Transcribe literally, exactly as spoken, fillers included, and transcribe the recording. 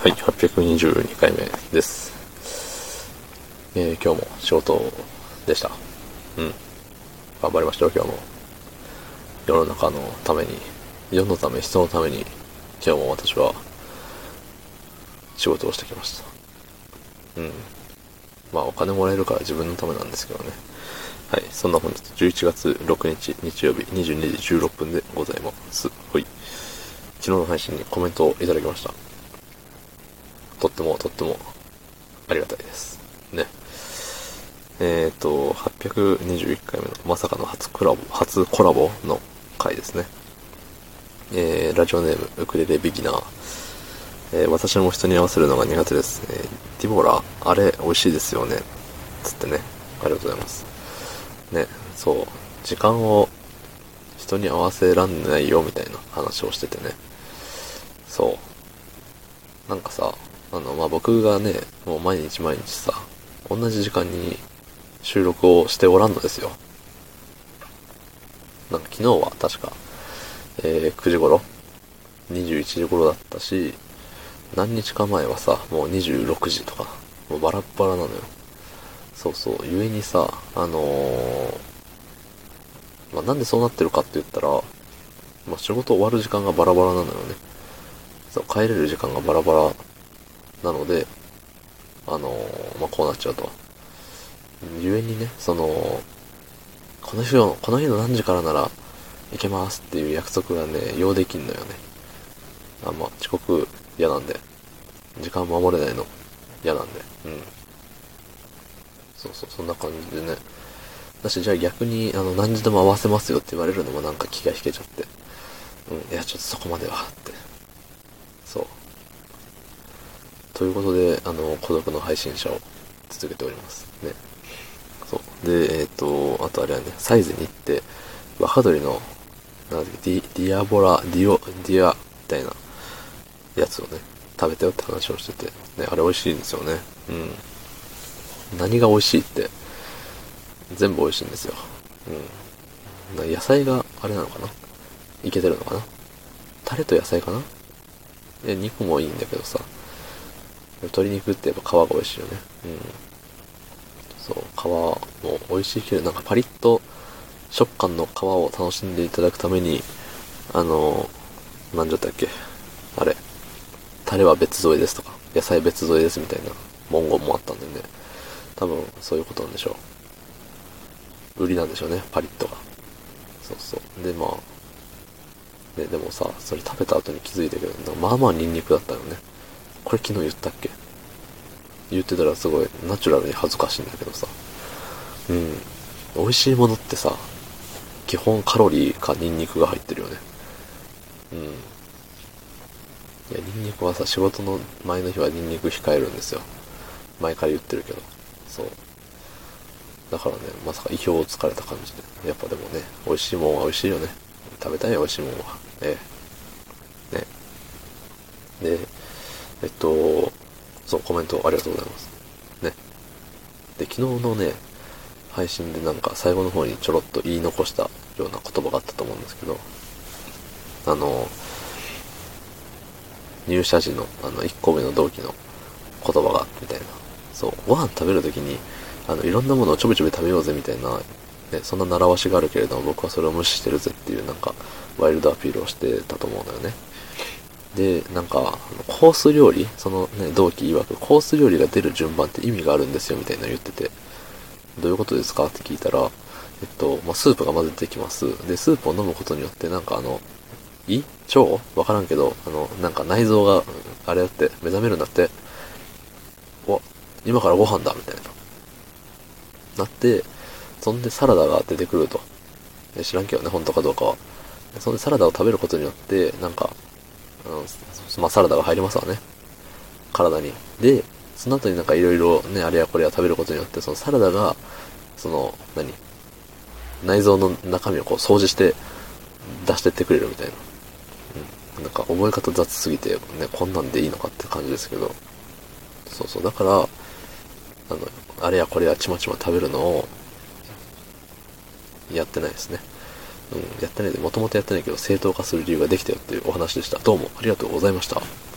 はい、はっぴゃくにじゅうにかいめです。えー、今日も仕事でした。うん。頑張りましたよ、今日も。世の中のために、世のため、人のために、今日も私は仕事をしてきました。うん。まあ、お金もらえるから自分のためなんですけどね。はい、そんな本日じゅういちがつろくにち日曜日にじゅうにじじゅうろっぷんでございます。はい。昨日の配信にコメントをいただきました。とってもとってもありがたいですね。えっとはっぴゃくにじゅういっかいめのまさかの初コラボ初コラボの回ですね。えー、ラジオネームウクレレビギナー、えー、私も人に合わせるのが苦手です、えー、ディボラあれ美味しいですよねつってね。ありがとうございますね。そう、時間を人に合わせらんないよみたいな話をしててね。そうなんかさ、あの、まあ、僕がね、もう毎日毎日さ、同じ時間に収録をしておらんのですよ。なんか昨日は確か、えー、くじ頃、にじゅういちじ頃だったし、何日か前はさ、もうにじゅうろくじとか、もうバラッバラなのよ。そうそう、ゆえにさ、あのー、まあ、なんでそうなってるかって言ったら、まあ、仕事終わる時間がバラバラなのよね。そう、帰れる時間がバラバラなので、あのー、まあ、こうなっちゃうと。ゆえにね、その、この日の、この日の何時からなら行けますっていう約束がね、用できんのよね。あ、まあ、遅刻嫌なんで。時間守れないの嫌なんで。うん。そうそう、そんな感じでね。だし、じゃあ逆に、あの、何時でも合わせますよって言われるのもなんか気が引けちゃって。うん、いや、ちょっとそこまでは、って。そう。ということで、あの、孤独の配信者を続けておりますね。そう。で、えっ、ー、と、あとあれはね、サイズに行って、若鳥の、なんだっけ、ディ、ディアボラ、ディオ、ディア、みたいなやつをね、食べたよって話をしてて、ね、あれ美味しいんですよね。うん。何が美味しいって、全部美味しいんですよ。うん。野菜があれなのかないけてるのかな。タレと野菜かな。え、肉もいいんだけどさ、鶏肉ってやっぱ皮が美味しいよね。うん。そう、皮も美味しいけど、なんかパリッと食感の皮を楽しんでいただくために、あの、なんじゃったっけ、あれ、タレは別添えですとか、野菜別添えですみたいな文言もあったんでね、多分そういうことなんでしょう。売りなんでしょうね、パリッとが。そうそう。で、まあ、ね、でもさ、それ食べた後に気づいたけど、まあまあニンニクだったよね。これ昨日言ったっけ。言ってたらすごいナチュラルに恥ずかしいんだけどさ。うん。美味しいものってさ、基本カロリーかニンニクが入ってるよね。うん。いや、ニンニクはさ、仕事の前の日はニンニク控えるんですよ。前から言ってるけど。そう。だからね、まさか意表をつかれた感じで。やっぱでもね、美味しいもんは美味しいよね。食べたいよ、美味しいもんは。ええ。ね。で、えっと、そう、コメントありがとうございます。ね。で、昨日のね、配信でなんか最後の方にちょろっと言い残したような言葉があったと思うんですけど、あの、入社時のあのいっこめの同期の言葉がみたいな。そう、ご飯食べるときに、あの、いろんなものをちょびちょび食べようぜみたいな、ね、そんな習わしがあるけれども、僕はそれを無視してるぜっていうなんか、ワイルドアピールをしてたと思うのよね。で、なんか、コース料理、そのね、同期曰く、コース料理が出る順番って意味があるんですよみたいなの言ってて、どういうことですかって聞いたら、えっと、まあ、スープがまず出てきます。で、スープを飲むことによって、なんかあの、胃腸わからんけど、あの、なんか内臓が、あれだって、目覚めるんだって、お、今からご飯だ、みたいな。なって、そんでサラダが出てくると。知らんけどね、本当かどうかは。そんでサラダを食べることによって、なんか、うん、まあ、サラダが入りますわね。体に。で、その後になんかいろいろね、あれやこれや食べることによって、そのサラダが、その、何内臓の中身をこう掃除して出してってくれるみたいな。うん。なんか覚え方雑すぎて、ね、こんなんでいいのかって感じですけど。そうそう。だから、あの、あれやこれやちまちま食べるのを、やってないですね。うん、やってないで、もともとやってないけど正当化する理由ができたよっていうお話でした。どうもありがとうございました。